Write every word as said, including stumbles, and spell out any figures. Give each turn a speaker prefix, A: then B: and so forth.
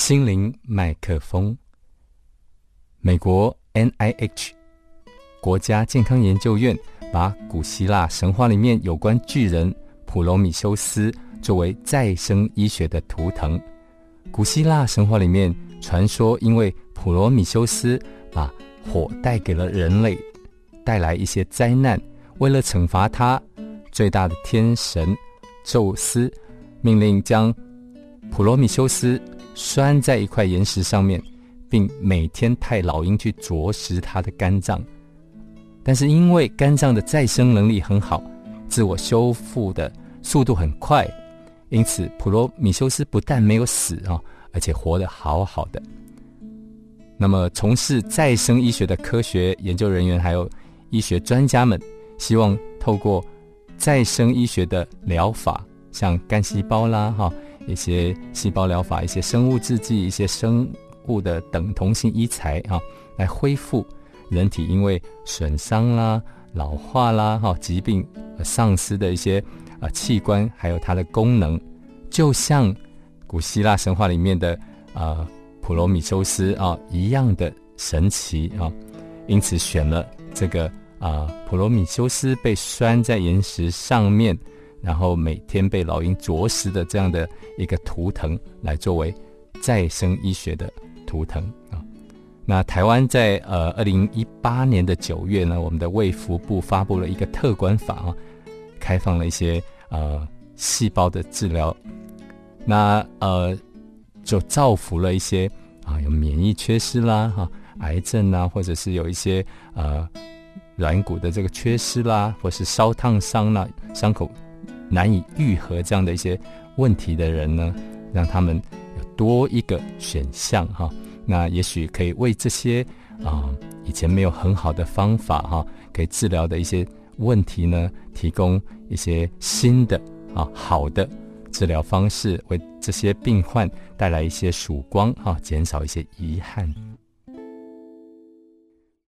A: 心灵麦克风。美国 N I H 国家健康研究院把古希腊神话里面有关巨人普罗米修斯作为再生医学的图腾。古希腊神话里面传说，因为普罗米修斯把火带给了人类，带来一些灾难，为了惩罚他，最大的天神宙斯命令将普罗米修斯拴在一块岩石上面，并每天派老鹰去啄食他的肝脏。但是因为肝脏的再生能力很好，自我修复的速度很快，因此普罗米修斯不但没有死啊，而且活得好好的。那么从事再生医学的科学研究人员还有医学专家们，希望透过再生医学的疗法，像干细胞啦哈，一些细胞疗法，一些生物制剂，一些生物的等同性医材哈，来恢复人体因为损伤啦、老化啦、哈疾病丧失的一些呃器官，还有它的功能，就像古希腊神话里面的呃普罗米修斯啊一样的神奇啊。因此选了这个啊普罗米修斯被拴在岩石上面，然后每天被老鹰啄食的这样的一个图腾，来作为再生医学的图腾啊。那台湾在呃二零一八年的九月呢，我们的卫福部发布了一个特管法啊，开放了一些呃细胞的治疗，那呃就造福了一些啊有免疫缺失啦哈、啊、癌症啊，或者是有一些呃软骨的这个缺失啦，或是烧烫伤啦，伤口难以愈合这样的一些问题的人呢，让他们有多一个选项哈。那也许可以为这些啊、呃、以前没有很好的方法哈，可以治疗的一些问题呢，提供一些新的啊好的治疗方式，为这些病患带来一些曙光哈，减少一些遗憾。